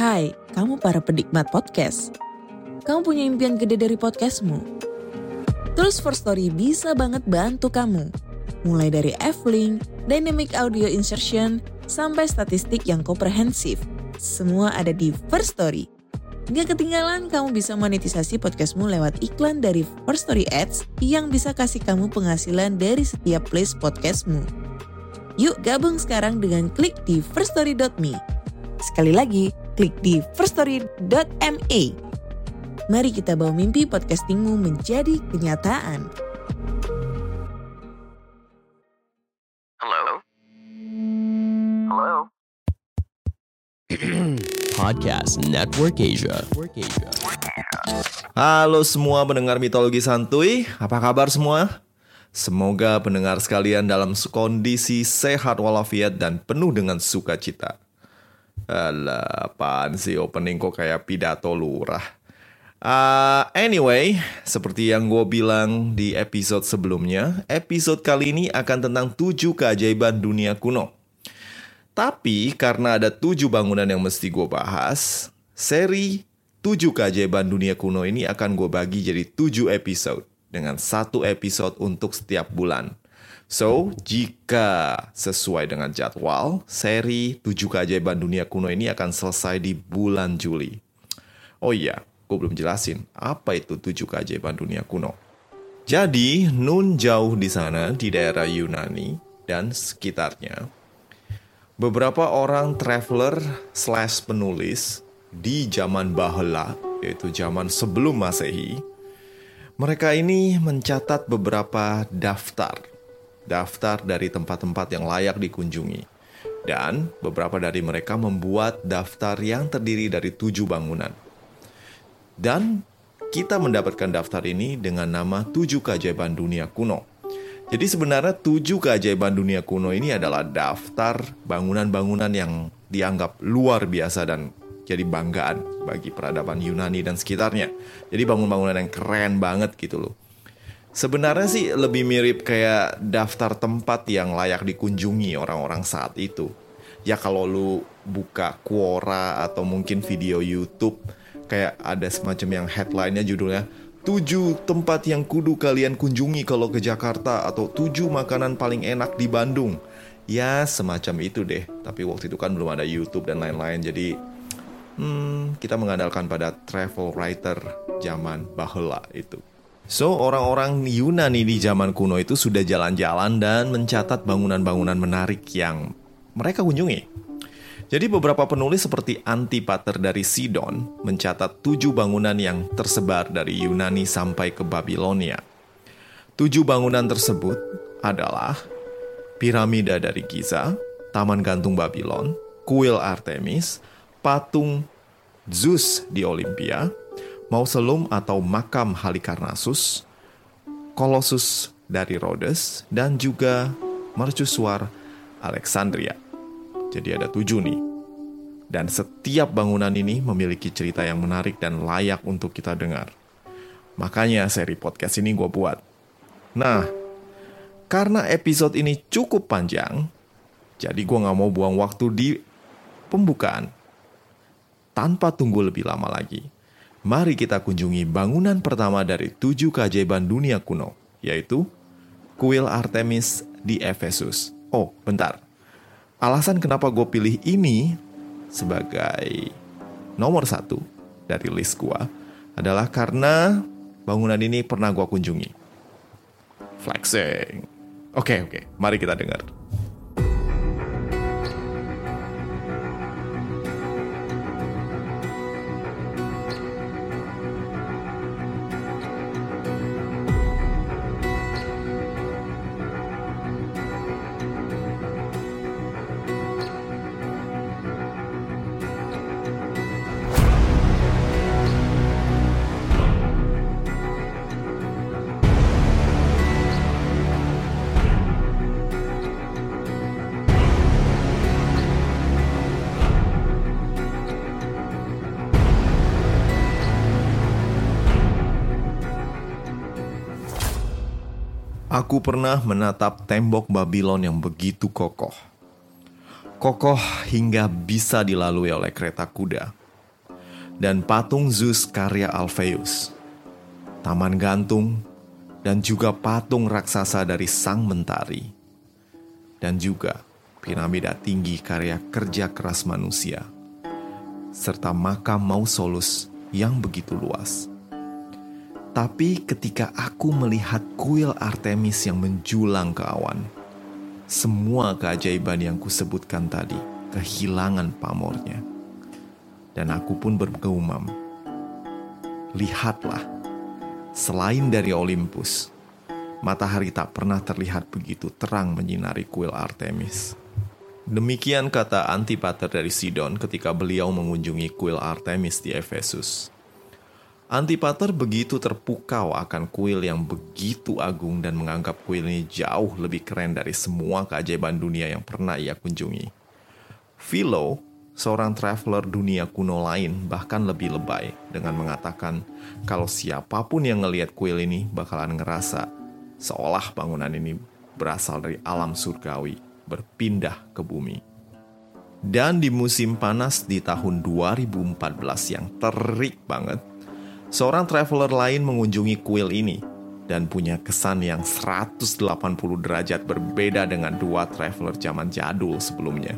Hai, kamu para penikmat podcast. Kamu punya impian gede dari podcastmu? Terus First Story bisa banget bantu kamu. Mulai dari F-Link, Dynamic Audio Insertion, sampai statistik yang komprehensif. Semua ada di First Story. Gak ketinggalan kamu bisa monetisasi podcastmu lewat iklan dari First Story Ads yang bisa kasih kamu penghasilan dari setiap plays podcastmu. Yuk gabung sekarang dengan klik di firststory.me. Sekali lagi, klik di firststory.me. Mari kita bawa mimpi podcastingmu menjadi kenyataan. Hello? Hello? Podcast Network Asia. Halo semua pendengar mitologi santuy, apa kabar semua? Semoga pendengar sekalian dalam kondisi sehat walafiat dan penuh dengan sukacita. Alah, apaan sih opening kok kayak pidato lurah. Anyway, seperti yang gue bilang di episode sebelumnya, episode kali ini akan tentang 7 keajaiban dunia kuno. Tapi karena ada 7 bangunan yang mesti gue bahas, seri 7 keajaiban dunia kuno ini akan gue bagi jadi 7 episode dengan 1 episode untuk setiap bulan. So, jika sesuai dengan jadwal, seri 7 keajaiban dunia kuno ini akan selesai di bulan Juli. Oh iya, gue belum jelasin apa itu 7 keajaiban dunia kuno. Jadi, nun jauh di sana di daerah Yunani dan sekitarnya, beberapa orang traveler / penulis di zaman Bahela, yaitu zaman sebelum Masehi, mereka ini mencatat beberapa daftar dari tempat-tempat yang layak dikunjungi. Dan beberapa dari mereka membuat daftar yang terdiri dari 7 bangunan. Dan kita mendapatkan daftar ini dengan nama 7 keajaiban dunia kuno. Jadi sebenarnya 7 keajaiban dunia kuno ini adalah daftar bangunan-bangunan yang dianggap luar biasa dan jadi banggaan bagi peradaban Yunani dan sekitarnya. Jadi bangunan-bangunan yang keren banget gitu loh. Sebenarnya sih lebih mirip kayak daftar tempat yang layak dikunjungi orang-orang saat itu. Ya kalau lu buka Quora atau mungkin video YouTube, kayak ada semacam yang headline-nya judulnya 7 tempat yang kudu kalian kunjungi kalau ke Jakarta, atau 7 makanan paling enak di Bandung. Ya semacam itu deh. Tapi waktu itu kan belum ada YouTube dan lain-lain. Jadi kita mengandalkan pada travel writer zaman Bahela itu. So, orang-orang Yunani di zaman kuno itu sudah jalan-jalan dan mencatat bangunan-bangunan menarik yang mereka kunjungi. Jadi beberapa penulis seperti Antipater dari Sidon mencatat 7 bangunan yang tersebar dari Yunani sampai ke Babilonia. 7 bangunan tersebut adalah piramida dari Giza, Taman Gantung Babylon, Kuil Artemis, patung Zeus di Olimpia, mausoleum atau makam Halikarnassus, Kolossus dari Rhodes, dan juga mercusuar Alexandria. Jadi ada 7 nih. Dan setiap bangunan ini memiliki cerita yang menarik dan layak untuk kita dengar. Makanya seri podcast ini gue buat. Nah, karena episode ini cukup panjang, jadi gue gak mau buang waktu di pembukaan. Tanpa tunggu lebih lama lagi, mari kita kunjungi bangunan pertama dari 7 keajaiban dunia kuno, yaitu Kuil Artemis di Efesus. Oh, bentar. Alasan kenapa gue pilih ini sebagai nomor 1 dari list gue adalah karena bangunan ini pernah gue kunjungi. Flexing. Oke, mari kita dengar. Aku pernah menatap tembok Babylon yang begitu kokoh. Kokoh hingga bisa dilalui oleh kereta kuda. dan patung Zeus karya Alpheus, taman gantung, dan juga patung raksasa dari Sang Mentari, dan juga piramida tinggi karya kerja keras manusia, serta makam Mausolus yang begitu luas. Tapi ketika aku melihat kuil Artemis yang menjulang ke awan, semua keajaiban yang kusebutkan tadi kehilangan pamornya. Dan aku pun bergumam, lihatlah, selain dari Olympus, matahari tak pernah terlihat begitu terang menyinari kuil Artemis. Demikian kata Antipater dari Sidon ketika beliau mengunjungi kuil Artemis di Efesus. Antipater begitu terpukau akan kuil yang begitu agung dan menganggap kuil ini jauh lebih keren dari semua keajaiban dunia yang pernah ia kunjungi. Philo, seorang traveler dunia kuno lain, bahkan lebih lebay dengan mengatakan kalau siapapun yang ngelihat kuil ini bakalan ngerasa seolah bangunan ini berasal dari alam surgawi, berpindah ke bumi. Dan di musim panas di tahun 2014 yang terik banget, seorang traveler lain mengunjungi kuil ini dan punya kesan yang 180 derajat berbeda dengan dua traveler zaman jadul sebelumnya.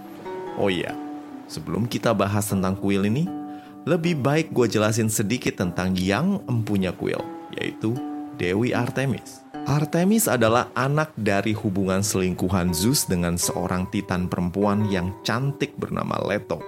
Oh iya, sebelum kita bahas tentang kuil ini, lebih baik gue jelasin sedikit tentang yang empunya kuil, yaitu Dewi Artemis. Artemis adalah anak dari hubungan selingkuhan Zeus dengan seorang titan perempuan yang cantik bernama Leto.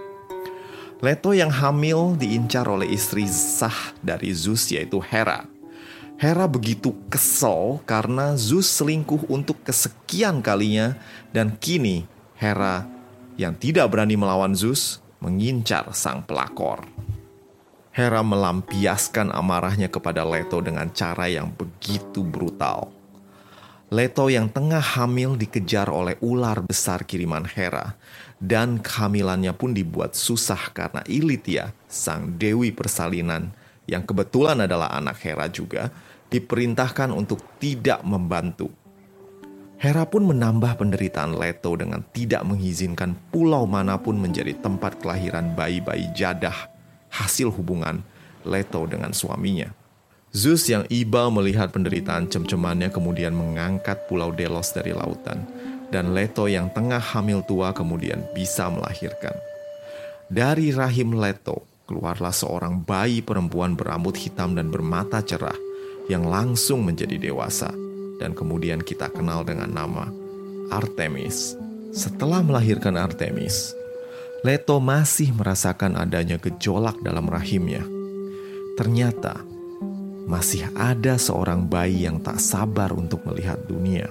Leto yang hamil diincar oleh istri sah dari Zeus yaitu Hera. Hera begitu kesal karena Zeus selingkuh untuk kesekian kalinya dan kini Hera yang tidak berani melawan Zeus mengincar sang pelakor. Hera melampiaskan amarahnya kepada Leto dengan cara yang begitu brutal. Leto yang tengah hamil dikejar oleh ular besar kiriman Hera, dan kehamilannya pun dibuat susah karena Ilitia, sang dewi persalinan, yang kebetulan adalah anak Hera juga, diperintahkan untuk tidak membantu. Hera pun menambah penderitaan Leto dengan tidak mengizinkan pulau manapun menjadi tempat kelahiran bayi-bayi jadah hasil hubungan Leto dengan suaminya. Zeus yang iba melihat penderitaan cem-cemannya kemudian mengangkat pulau Delos dari lautan, dan Leto yang tengah hamil tua kemudian bisa melahirkan. Dari rahim Leto keluarlah seorang bayi perempuan berambut hitam dan bermata cerah yang langsung menjadi dewasa, dan kemudian kita kenal dengan nama Artemis. Setelah melahirkan Artemis, Leto masih merasakan adanya gejolak dalam rahimnya. Ternyata masih ada seorang bayi yang tak sabar untuk melihat dunia.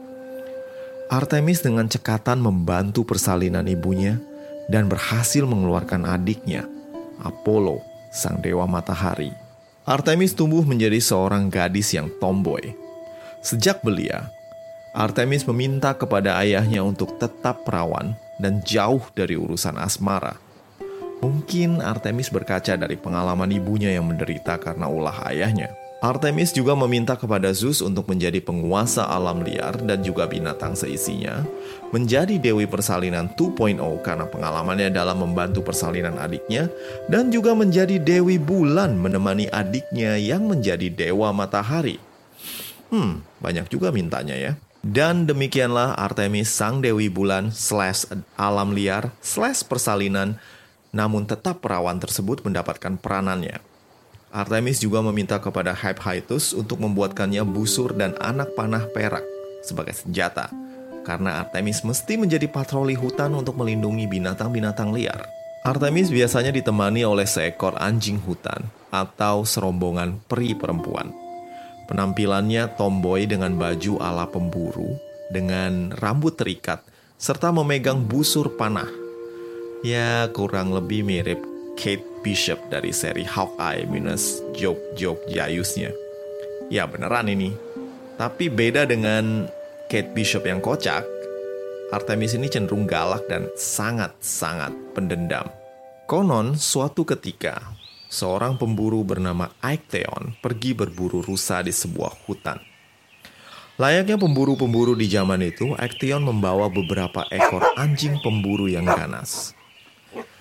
Artemis dengan cekatan membantu persalinan ibunya dan berhasil mengeluarkan adiknya, Apollo, sang dewa matahari. Artemis tumbuh menjadi seorang gadis yang tomboy. Sejak belia, Artemis meminta kepada ayahnya untuk tetap perawan dan jauh dari urusan asmara. Mungkin Artemis berkaca dari pengalaman ibunya yang menderita karena ulah ayahnya. Artemis juga meminta kepada Zeus untuk menjadi penguasa alam liar dan juga binatang seisinya, menjadi dewi persalinan 2.0 karena pengalamannya dalam membantu persalinan adiknya, dan juga menjadi dewi bulan menemani adiknya yang menjadi dewa matahari. Banyak juga mintanya ya. Dan demikianlah Artemis sang dewi bulan / alam liar / persalinan, namun tetap perawan tersebut mendapatkan peranannya. Artemis juga meminta kepada Hephaestus untuk membuatkannya busur dan anak panah perak sebagai senjata, karena Artemis mesti menjadi patroli hutan untuk melindungi binatang-binatang liar. Artemis biasanya ditemani oleh seekor anjing hutan atau serombongan peri perempuan. Penampilannya tomboy dengan baju ala pemburu, dengan rambut terikat, serta memegang busur panah. Ya, kurang lebih mirip Kate Bishop dari seri Hawkeye minus joke-joke jayusnya. Ya beneran ini. Tapi beda dengan Kate Bishop yang kocak, Artemis ini cenderung galak dan sangat-sangat pendendam. Konon suatu ketika, seorang pemburu bernama Actaeon pergi berburu rusa di sebuah hutan. Layaknya pemburu-pemburu di zaman itu, Actaeon membawa beberapa ekor anjing pemburu yang ganas.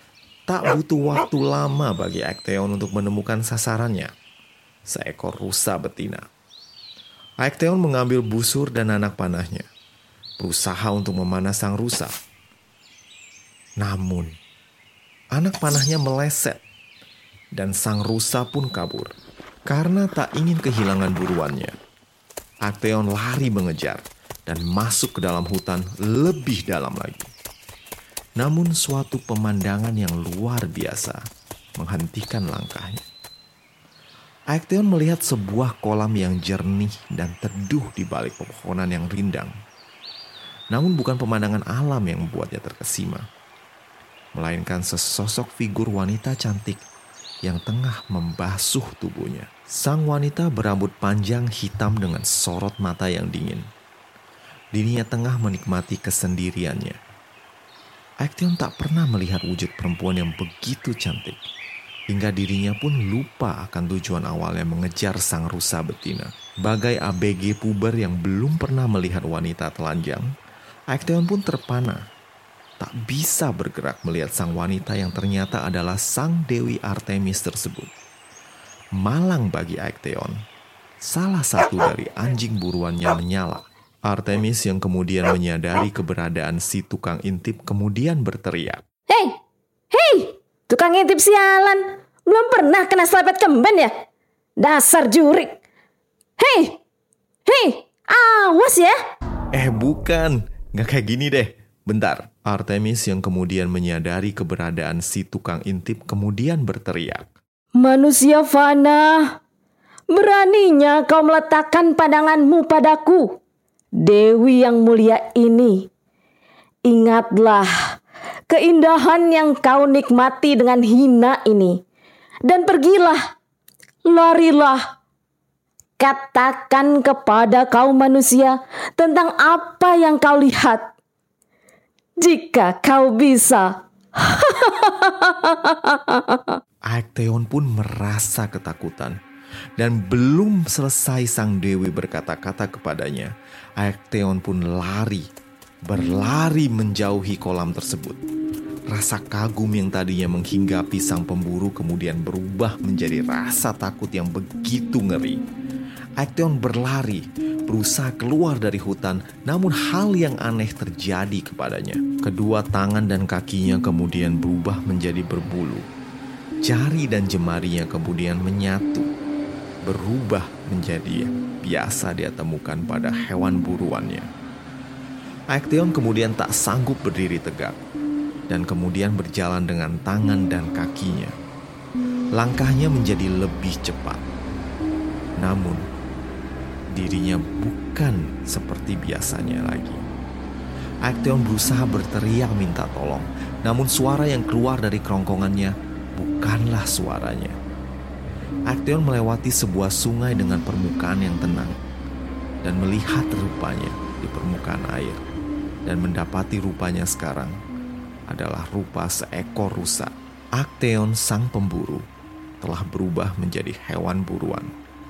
Tak butuh waktu lama bagi Actaeon untuk menemukan sasarannya, seekor rusa betina. Actaeon mengambil busur dan anak panahnya, berusaha untuk memanah sang rusa. Namun, anak panahnya meleset dan sang rusa pun kabur. Karena tak ingin kehilangan buruannya, Actaeon lari mengejar dan masuk ke dalam hutan lebih dalam lagi. Namun suatu pemandangan yang luar biasa menghentikan langkahnya. Actaeon melihat sebuah kolam yang jernih dan teduh di balik pepohonan yang rindang. Namun bukan pemandangan alam yang membuatnya terkesima, melainkan sesosok figur wanita cantik yang tengah membasuh tubuhnya. Sang wanita berambut panjang hitam dengan sorot mata yang dingin. Dirinya tengah menikmati kesendiriannya. Actaeon tak pernah melihat wujud perempuan yang begitu cantik, hingga dirinya pun lupa akan tujuan awalnya mengejar sang rusa betina. Bagai ABG puber yang belum pernah melihat wanita telanjang, Actaeon pun terpana. Tak bisa bergerak melihat sang wanita yang ternyata adalah sang Dewi Artemis tersebut. Malang bagi Actaeon, salah satu dari anjing buruannya menyala. Artemis yang kemudian menyadari keberadaan si tukang intip kemudian berteriak. Hei, tukang intip sialan. Belum pernah kena selepet kemben ya? Dasar jurik. Hei, awas ya. Bukan, gak kayak gini deh. Bentar, Artemis yang kemudian menyadari keberadaan si tukang intip kemudian berteriak. Manusia fana, beraninya kau meletakkan pandanganmu padaku, Dewi yang mulia ini. Ingatlah keindahan yang kau nikmati dengan hina ini. Dan pergilah, larilah. Katakan kepada kaum manusia tentang apa yang kau lihat. Jika kau bisa. Actaeon pun merasa ketakutan. Dan belum selesai sang Dewi berkata-kata kepadanya, Actaeon pun berlari menjauhi kolam tersebut. Rasa kagum yang tadinya menghinggapi sang pemburu kemudian berubah menjadi rasa takut yang begitu ngeri. Actaeon berlari, berusaha keluar dari hutan, namun hal yang aneh terjadi kepadanya. Kedua tangan dan kakinya kemudian berubah menjadi berbulu. Jari dan jemarinya kemudian menyatu, berubah menjadi biasa dia temukan pada hewan buruannya. Actaeon kemudian tak sanggup berdiri tegak, dan kemudian berjalan dengan tangan dan kakinya. Langkahnya menjadi lebih cepat. Namun, dirinya bukan seperti biasanya lagi. Actaeon berusaha berteriak minta tolong, namun suara yang keluar dari kerongkongannya bukanlah suaranya. Actaeon melewati sebuah sungai dengan permukaan yang tenang dan melihat rupanya di permukaan air, dan mendapati rupanya sekarang adalah rupa seekor rusa. Actaeon sang pemburu telah berubah menjadi hewan buruan.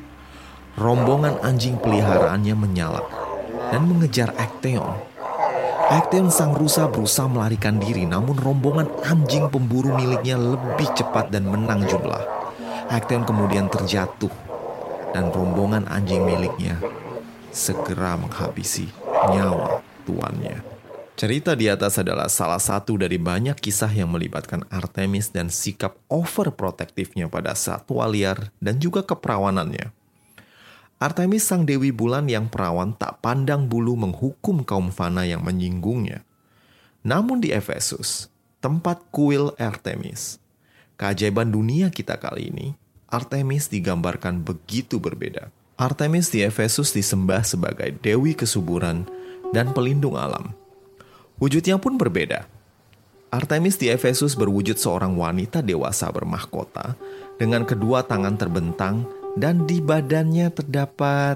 Rombongan anjing peliharaannya menyalak dan mengejar Actaeon. Actaeon sang rusa berusaha melarikan diri, namun rombongan anjing pemburu miliknya lebih cepat dan menang jumlah. Actaeon kemudian terjatuh dan rombongan anjing miliknya segera menghabisi nyawa tuannya. Cerita di atas adalah salah satu dari banyak kisah yang melibatkan Artemis dan sikap overprotektifnya pada satwa liar dan juga keperawanannya. Artemis sang Dewi Bulan yang perawan tak pandang bulu menghukum kaum fana yang menyinggungnya. Namun di Efesus, tempat kuil Artemis, keajaiban dunia kita kali ini, Artemis digambarkan begitu berbeda. Artemis di Efesus disembah sebagai dewi kesuburan dan pelindung alam. Wujudnya pun berbeda. Artemis di Efesus berwujud seorang wanita dewasa bermahkota dengan kedua tangan terbentang, dan di badannya terdapat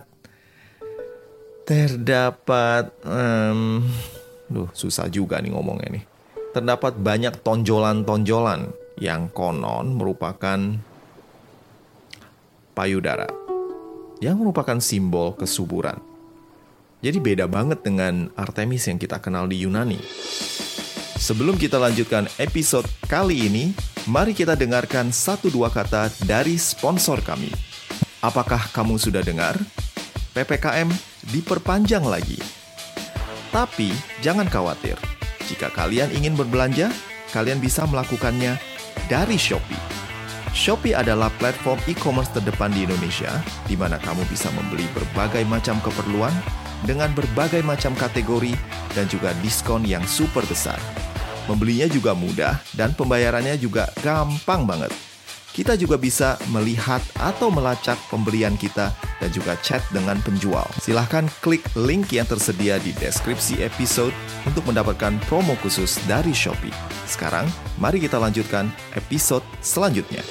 susah juga nih ngomongnya nih. Terdapat banyak tonjolan-tonjolan yang konon merupakan payudara, yang merupakan simbol kesuburan. Jadi beda banget dengan Artemis yang kita kenal di Yunani. Sebelum kita lanjutkan episode kali ini, mari kita dengarkan 1-2 kata dari sponsor kami. Apakah kamu sudah dengar? PPKM diperpanjang lagi. Tapi jangan khawatir. Jika kalian ingin berbelanja, kalian bisa melakukannya dari Shopee. Shopee adalah platform e-commerce terdepan di Indonesia, di mana kamu bisa membeli berbagai macam keperluan dengan berbagai macam kategori dan juga diskon yang super besar. Membelinya juga mudah dan pembayarannya juga gampang banget. Kita juga bisa melihat atau melacak pembelian kita dan juga chat dengan penjual. Silahkan klik link yang tersedia di deskripsi episode untuk mendapatkan promo khusus dari Shopee. Sekarang, mari kita lanjutkan episode selanjutnya.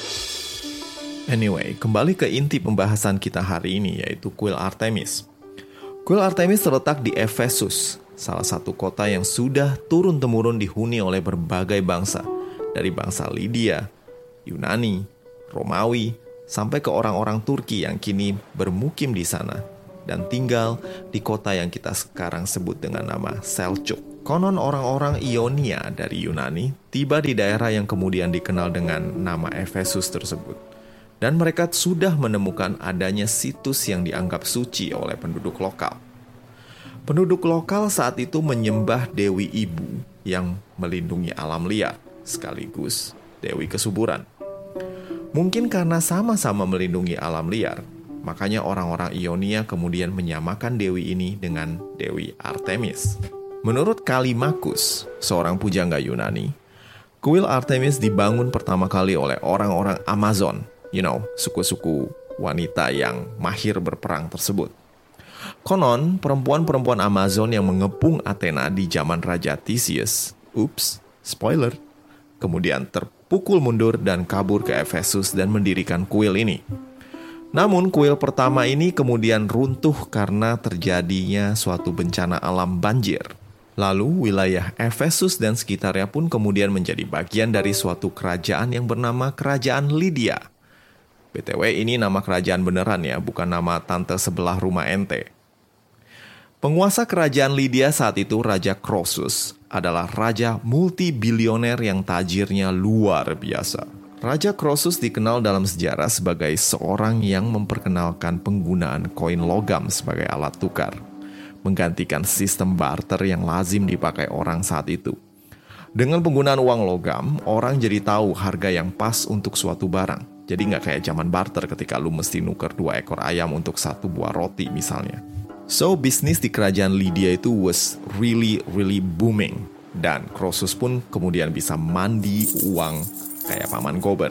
Anyway, kembali ke inti pembahasan kita hari ini, yaitu kuil Artemis. Kuil Artemis terletak di Efesus, salah satu kota yang sudah turun-temurun dihuni oleh berbagai bangsa, dari bangsa Lydia, Yunani, Romawi, sampai ke orang-orang Turki yang kini bermukim di sana dan tinggal di kota yang kita sekarang sebut dengan nama Seljuk. Konon orang-orang Ionia dari Yunani tiba di daerah yang kemudian dikenal dengan nama Efesus tersebut. Dan mereka sudah menemukan adanya situs yang dianggap suci oleh penduduk lokal. Penduduk lokal saat itu menyembah Dewi Ibu yang melindungi alam liar, sekaligus Dewi Kesuburan. Mungkin karena sama-sama melindungi alam liar, makanya orang-orang Ionia kemudian menyamakan Dewi ini dengan Dewi Artemis. Menurut Kalimakus, seorang pujangga Yunani, kuil Artemis dibangun pertama kali oleh orang-orang Amazon, suku-suku wanita yang mahir berperang tersebut. Konon, perempuan-perempuan Amazon yang mengepung Athena di zaman Raja Theseus, spoiler, kemudian terpukul mundur dan kabur ke Efesus dan mendirikan kuil ini. Namun, kuil pertama ini kemudian runtuh karena terjadinya suatu bencana alam banjir. Lalu, wilayah Efesus dan sekitarnya pun kemudian menjadi bagian dari suatu kerajaan yang bernama Kerajaan Lydia. BTW, ini nama kerajaan beneran ya, bukan nama tante sebelah rumah ente. Penguasa kerajaan Lydia saat itu, Raja Croesus, adalah raja multibilioner yang tajirnya luar biasa. Raja Croesus dikenal dalam sejarah sebagai seorang yang memperkenalkan penggunaan koin logam sebagai alat tukar, menggantikan sistem barter yang lazim dipakai orang saat itu. Dengan penggunaan uang logam, orang jadi tahu harga yang pas untuk suatu barang. Jadi nggak kayak zaman barter ketika lu mesti nuker 2 ekor ayam untuk 1 buah roti misalnya. So, bisnis di kerajaan Lydia itu was really booming. Dan Croesus pun kemudian bisa mandi uang kayak paman gober.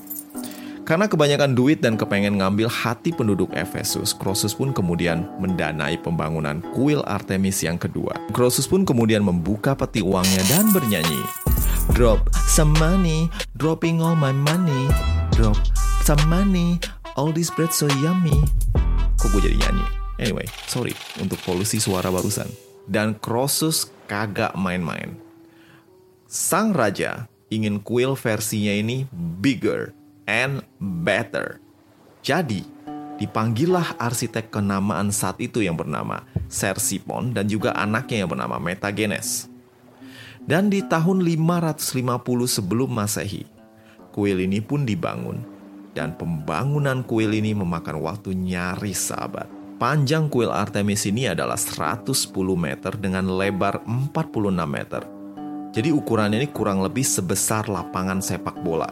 Karena kebanyakan duit dan kepengen ngambil hati penduduk Efesus, Croesus pun kemudian mendanai pembangunan kuil Artemis yang kedua. Croesus pun kemudian membuka peti uangnya dan bernyanyi, "Drop some money, dropping all my money. Drop some money, all this bread so yummy." Kok gue jadi nyanyi? Anyway, sorry untuk polusi suara barusan. Dan Croesus kagak main-main. Sang raja ingin kuil versinya ini bigger and better. Jadi, dipanggillah arsitek kenamaan saat itu yang bernama Sersipon dan juga anaknya yang bernama Metagenes. Dan di tahun 550 sebelum Masehi, kuil ini pun dibangun. Dan pembangunan kuil ini memakan waktu nyaris seabad. Panjang kuil Artemis ini adalah 110 meter dengan lebar 46 meter. Jadi ukurannya ini kurang lebih sebesar lapangan sepak bola.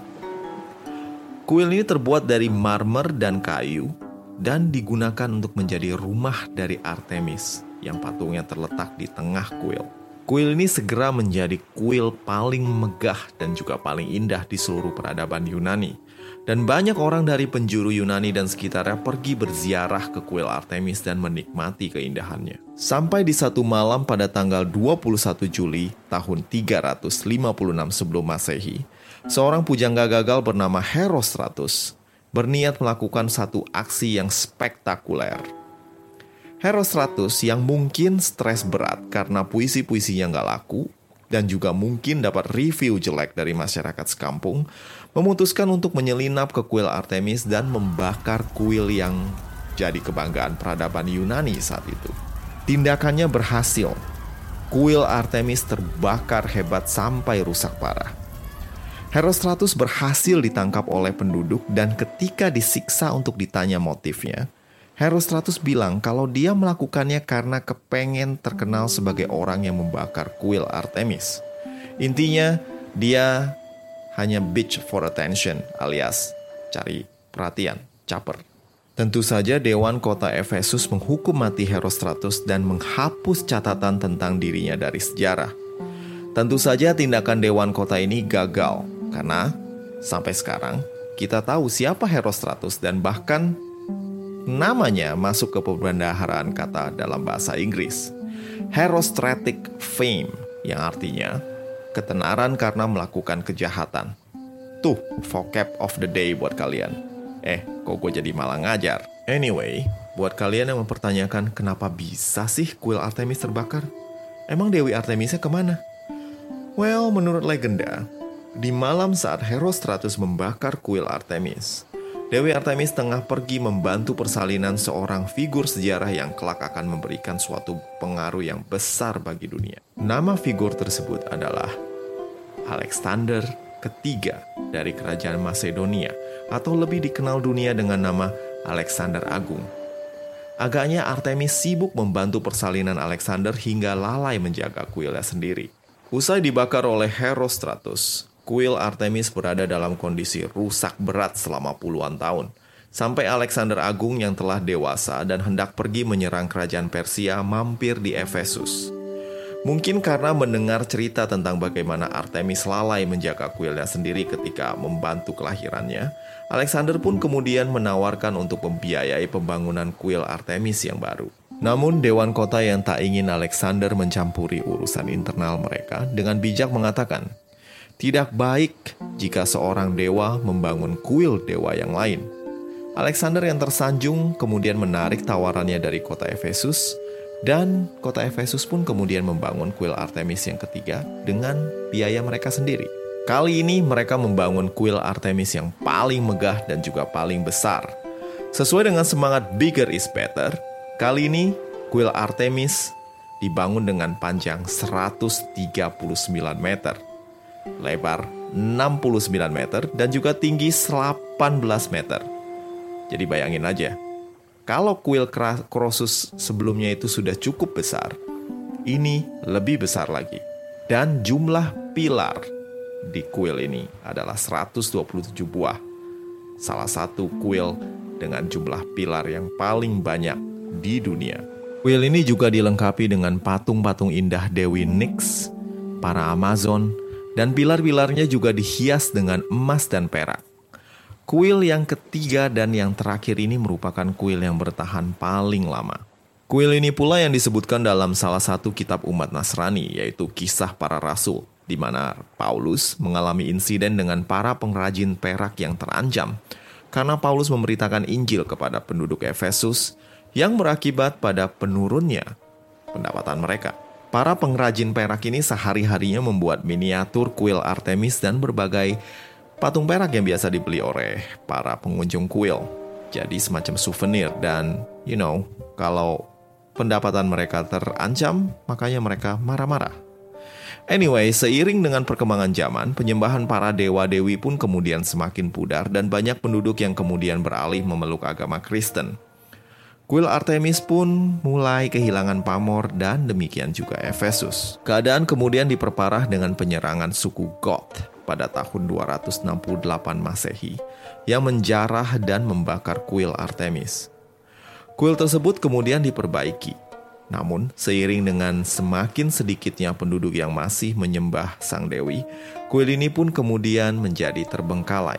Kuil ini terbuat dari marmer dan kayu dan digunakan untuk menjadi rumah dari Artemis yang patungnya terletak di tengah kuil. Kuil ini segera menjadi kuil paling megah dan juga paling indah di seluruh peradaban Yunani. Dan banyak orang dari penjuru Yunani dan sekitarnya pergi berziarah ke kuil Artemis dan menikmati keindahannya. Sampai di satu malam pada tanggal 21 Juli tahun 356 sebelum Masehi, seorang pujangga gagal bernama Herostratus berniat melakukan satu aksi yang spektakuler. Herostratus yang mungkin stres berat karena puisi-puisinya nggak laku, dan juga mungkin dapat review jelek dari masyarakat sekampung, memutuskan untuk menyelinap ke kuil Artemis dan membakar kuil yang jadi kebanggaan peradaban Yunani saat itu. Tindakannya berhasil. kuil Artemis terbakar hebat sampai rusak parah. Herostratus berhasil ditangkap oleh penduduk dan ketika disiksa untuk ditanya motifnya, Herostratus bilang kalau dia melakukannya karena kepengen terkenal sebagai orang yang membakar kuil Artemis. Intinya, dia hanya bitch for attention alias cari perhatian, caper. Tentu saja Dewan Kota Efesus menghukum mati Herostratus dan menghapus catatan tentang dirinya dari sejarah. Tentu saja tindakan Dewan Kota ini gagal, karena sampai sekarang kita tahu siapa Herostratus dan bahkan namanya masuk ke perbendaharaan kata dalam bahasa Inggris. Herostratic fame, yang artinya ketenaran karena melakukan kejahatan. Tuh, vocab of the day buat kalian. Kok gue jadi malah ngajar? Anyway, buat kalian yang mempertanyakan kenapa bisa sih kuil Artemis terbakar? Emang Dewi Artemisnya kemana? Well, menurut legenda, di malam saat Herostratus membakar kuil Artemis, Dewi Artemis tengah pergi membantu persalinan seorang figur sejarah yang kelak akan memberikan suatu pengaruh yang besar bagi dunia. Nama figur tersebut adalah Alexander ketiga dari kerajaan Macedonia, atau lebih dikenal dunia dengan nama Alexander Agung. Agaknya Artemis sibuk membantu persalinan Alexander hingga lalai menjaga kuilnya sendiri. Usai dibakar oleh Herostratus, kuil Artemis berada dalam kondisi rusak berat selama puluhan tahun, sampai Alexander Agung yang telah dewasa dan hendak pergi menyerang kerajaan Persia mampir di Efesus. Mungkin karena mendengar cerita tentang bagaimana Artemis lalai menjaga kuilnya sendiri ketika membantu kelahirannya, Alexander pun kemudian menawarkan untuk membiayai pembangunan kuil Artemis yang baru. Namun Dewan Kota yang tak ingin Alexander mencampuri urusan internal mereka dengan bijak mengatakan, tidak baik jika seorang dewa membangun kuil dewa yang lain. Alexander yang tersanjung kemudian menarik tawarannya dari kota Efesus, dan kota Efesus pun kemudian membangun kuil Artemis yang ketiga dengan biaya mereka sendiri. Kali ini mereka membangun kuil Artemis yang paling megah dan juga paling besar. Sesuai dengan semangat bigger is better, kali ini kuil Artemis dibangun dengan panjang 139 meter, lebar 69 meter, dan juga tinggi 18 meter. Jadi bayangin aja, kalau kuil Krosus sebelumnya itu sudah cukup besar, ini lebih besar lagi. Dan jumlah pilar di kuil ini adalah 127 buah. Salah satu kuil dengan jumlah pilar yang paling banyak di dunia. Kuil ini juga dilengkapi dengan patung-patung indah Dewi Nyx, para Amazon, dan pilar-pilarnya juga dihias dengan emas dan perak. Kuil yang ketiga dan yang terakhir ini merupakan kuil yang bertahan paling lama. Kuil ini pula yang disebutkan dalam salah satu kitab umat Nasrani, yaitu Kisah Para Rasul, di mana Paulus mengalami insiden dengan para pengrajin perak yang terancam karena Paulus memberitakan Injil kepada penduduk Efesus yang berakibat pada penurunnya pendapatan mereka. Para pengrajin perak ini sehari-harinya membuat miniatur kuil Artemis dan berbagai patung perak yang biasa dibeli oleh para pengunjung kuil. Jadi semacam souvenir dan, kalau pendapatan mereka terancam, makanya mereka marah-marah. Anyway, seiring dengan perkembangan zaman, penyembahan para dewa-dewi pun kemudian semakin pudar dan banyak penduduk yang kemudian beralih memeluk agama Kristen. Kuil Artemis pun mulai kehilangan pamor dan demikian juga Efesus. Keadaan kemudian diperparah dengan penyerangan suku Goth pada tahun 268 Masehi yang menjarah dan membakar kuil Artemis. Kuil tersebut kemudian diperbaiki. Namun, seiring dengan semakin sedikitnya penduduk yang masih menyembah sang dewi, kuil ini pun kemudian menjadi terbengkalai.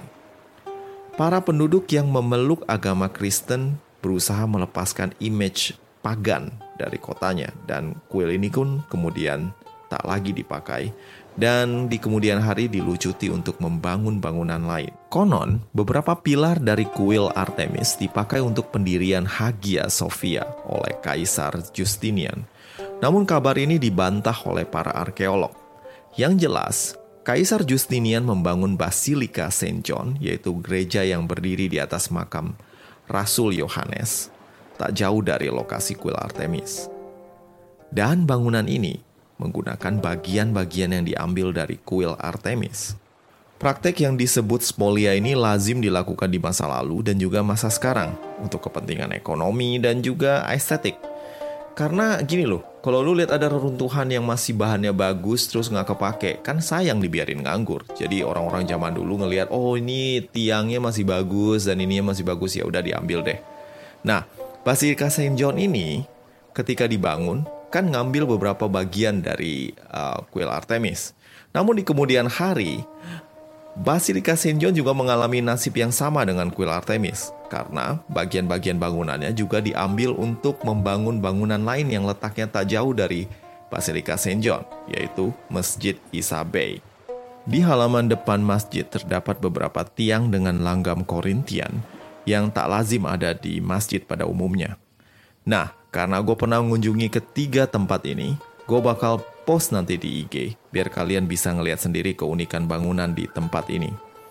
Para penduduk yang memeluk agama Kristen berusaha melepaskan image pagan dari kotanya, dan kuil ini pun kemudian tak lagi dipakai, dan di kemudian hari dilucuti untuk membangun bangunan lain. Konon, beberapa pilar dari kuil Artemis dipakai untuk pendirian Hagia Sophia oleh Kaisar Justinian. Namun kabar ini dibantah oleh para arkeolog. Yang jelas, Kaisar Justinian membangun Basilika Saint John, yaitu gereja yang berdiri di atas makam Rasul Yohanes, tak jauh dari lokasi kuil Artemis. Dan bangunan ini menggunakan bagian-bagian yang diambil dari kuil Artemis. Praktek yang disebut spolia ini lazim dilakukan di masa lalu dan juga masa sekarang untuk kepentingan ekonomi dan juga estetik. Karena gini loh, kalau lu lihat ada reruntuhan yang masih bahannya bagus terus nggak kepake, kan sayang dibiarin nganggur. Jadi orang-orang zaman dulu ngelihat, oh ini tiangnya masih bagus dan ininya masih bagus, ya udah diambil deh. Nah, Basilika Saint John ini ketika dibangun kan ngambil beberapa bagian dari kuil Artemis. Namun di kemudian hari, Basilika Saint John juga mengalami nasib yang sama dengan kuil Artemis, karena bagian-bagian bangunannya juga diambil untuk membangun bangunan lain yang letaknya tak jauh dari Basilika Saint John, yaitu Masjid Isa Bey. Di halaman depan masjid terdapat beberapa tiang dengan langgam Korintian yang tak lazim ada di masjid pada umumnya. Nah, karena gue pernah mengunjungi ketiga tempat ini, gue bakal post nanti di IG, biar kalian bisa ngelihat sendiri keunikan bangunan di tempat ini.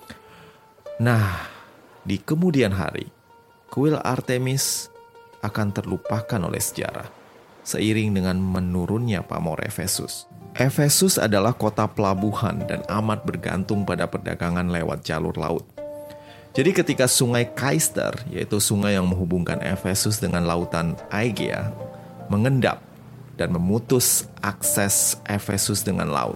Nah, di kemudian hari, kuil Artemis akan terlupakan oleh sejarah, seiring dengan menurunnya pamor Efesus. Efesus adalah kota pelabuhan dan amat bergantung pada perdagangan lewat jalur laut. Jadi ketika sungai Kaister, yaitu sungai yang menghubungkan Efesus dengan lautan Aegea, mengendap dan memutus akses Efesus dengan laut,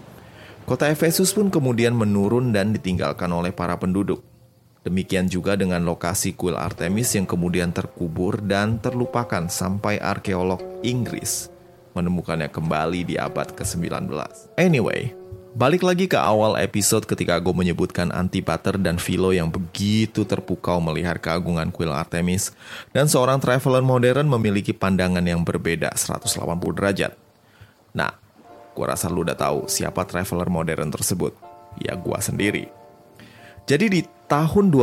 kota Efesus pun kemudian menurun dan ditinggalkan oleh para penduduk. Demikian juga dengan lokasi kuil Artemis yang kemudian terkubur dan terlupakan sampai arkeolog Inggris menemukannya kembali di abad ke-19. Anyway, balik lagi ke awal episode ketika gue menyebutkan Antipater dan Philo yang begitu terpukau melihat keagungan kuil Artemis, dan seorang traveler modern memiliki pandangan yang berbeda 180 derajat. Nah, gue rasa lu udah tahu siapa traveler modern tersebut. Ya, gue sendiri. Jadi di tahun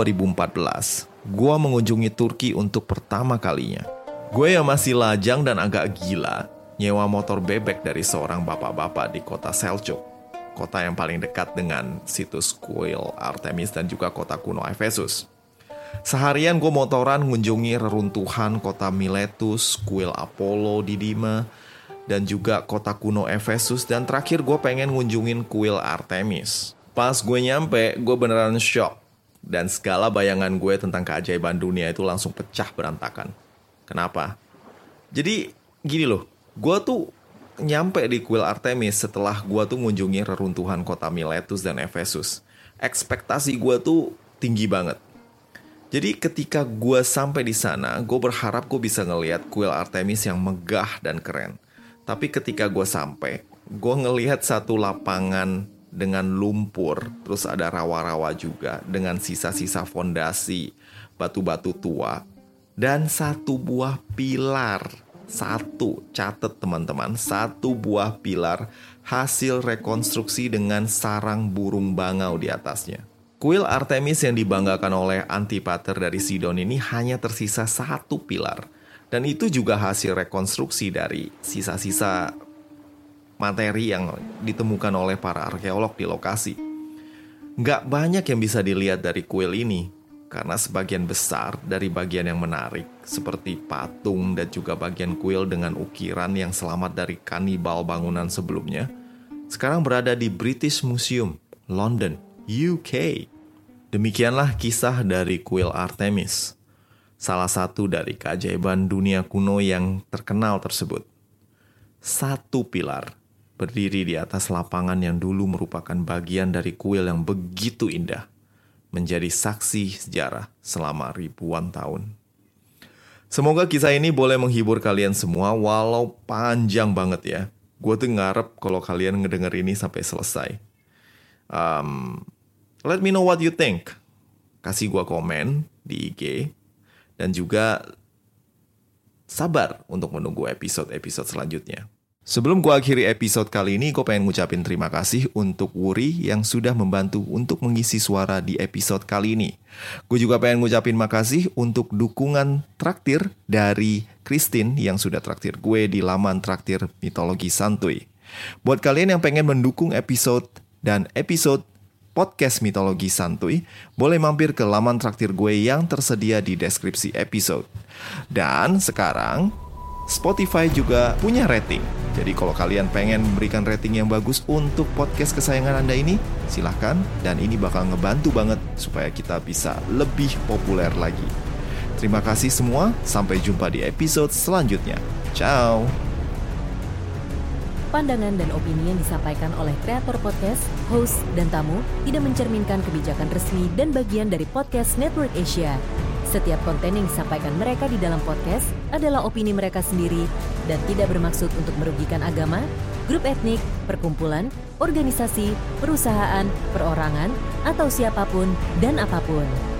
2014, gue mengunjungi Turki untuk pertama kalinya. Gue yang masih lajang dan agak gila, nyewa motor bebek dari seorang bapak-bapak di kota Selçuk, kota yang paling dekat dengan situs kuil Artemis dan juga kota kuno Efesus. Seharian gue motoran ngunjungi reruntuhan kota Miletus, kuil Apollo di Dima, dan juga kota kuno Efesus, dan terakhir gue pengen ngunjungin kuil Artemis. Pas gue nyampe, gue beneran shock, dan segala bayangan gue tentang keajaiban dunia itu langsung pecah berantakan. Kenapa? Jadi gini loh, gue tuh nyampe di kuil Artemis setelah gue tuh ngunjungi reruntuhan kota Miletus dan Efesus. Ekspektasi gue tuh tinggi banget. Jadi ketika gue sampai di sana, gue berharap gue bisa ngelihat kuil Artemis yang megah dan keren. Tapi ketika gue sampai, gue ngelihat satu lapangan dengan lumpur, terus ada rawa-rawa juga dengan sisa-sisa fondasi, batu-batu tua, dan satu buah pilar. Catat teman-teman, satu buah pilar hasil rekonstruksi dengan sarang burung bangau di atasnya. Kuil Artemis yang dibanggakan oleh Antipater dari Sidon ini hanya tersisa satu pilar. Dan itu juga hasil rekonstruksi dari sisa-sisa materi yang ditemukan oleh para arkeolog di lokasi. Nggak banyak yang bisa dilihat dari kuil ini, karena sebagian besar dari bagian yang menarik, seperti patung dan juga bagian kuil dengan ukiran yang selamat dari kanibal bangunan sebelumnya, sekarang berada di British Museum, London, UK. Demikianlah kisah dari kuil Artemis, salah satu dari keajaiban dunia kuno yang terkenal tersebut. Satu pilar berdiri di atas lapangan yang dulu merupakan bagian dari kuil yang begitu indah, menjadi saksi sejarah selama ribuan tahun. Semoga kisah ini boleh menghibur kalian semua, walau panjang banget ya. Gue tuh ngarep kalau kalian ngedenger ini sampai selesai. Let me know what you think. Kasih gue komen di IG. Dan juga sabar untuk menunggu episode-episode selanjutnya. Sebelum gue akhiri episode kali ini, gue pengen ngucapin terima kasih untuk Wuri yang sudah membantu untuk mengisi suara di episode kali ini. Gue juga pengen ngucapin makasih untuk dukungan traktir dari Christine yang sudah traktir gue di laman traktir Mitologi Santuy. Buat kalian yang pengen mendukung episode dan episode podcast Mitologi Santuy, boleh mampir ke laman traktir gue yang tersedia di deskripsi episode. Dan sekarang, Spotify juga punya rating. Jadi kalau kalian pengen memberikan rating yang bagus untuk podcast kesayangan Anda ini, silahkan. Dan ini bakal ngebantu banget supaya kita bisa lebih populer lagi. Terima kasih semua, sampai jumpa di episode selanjutnya. Ciao! Pandangan dan opini yang disampaikan oleh kreator podcast, host, dan tamu tidak mencerminkan kebijakan resmi dan bagian dari Podcast Network Asia. Setiap konten yang disampaikan mereka di dalam podcast adalah opini mereka sendiri dan tidak bermaksud untuk merugikan agama, grup etnik, perkumpulan, organisasi, perusahaan, perorangan, atau siapapun dan apapun.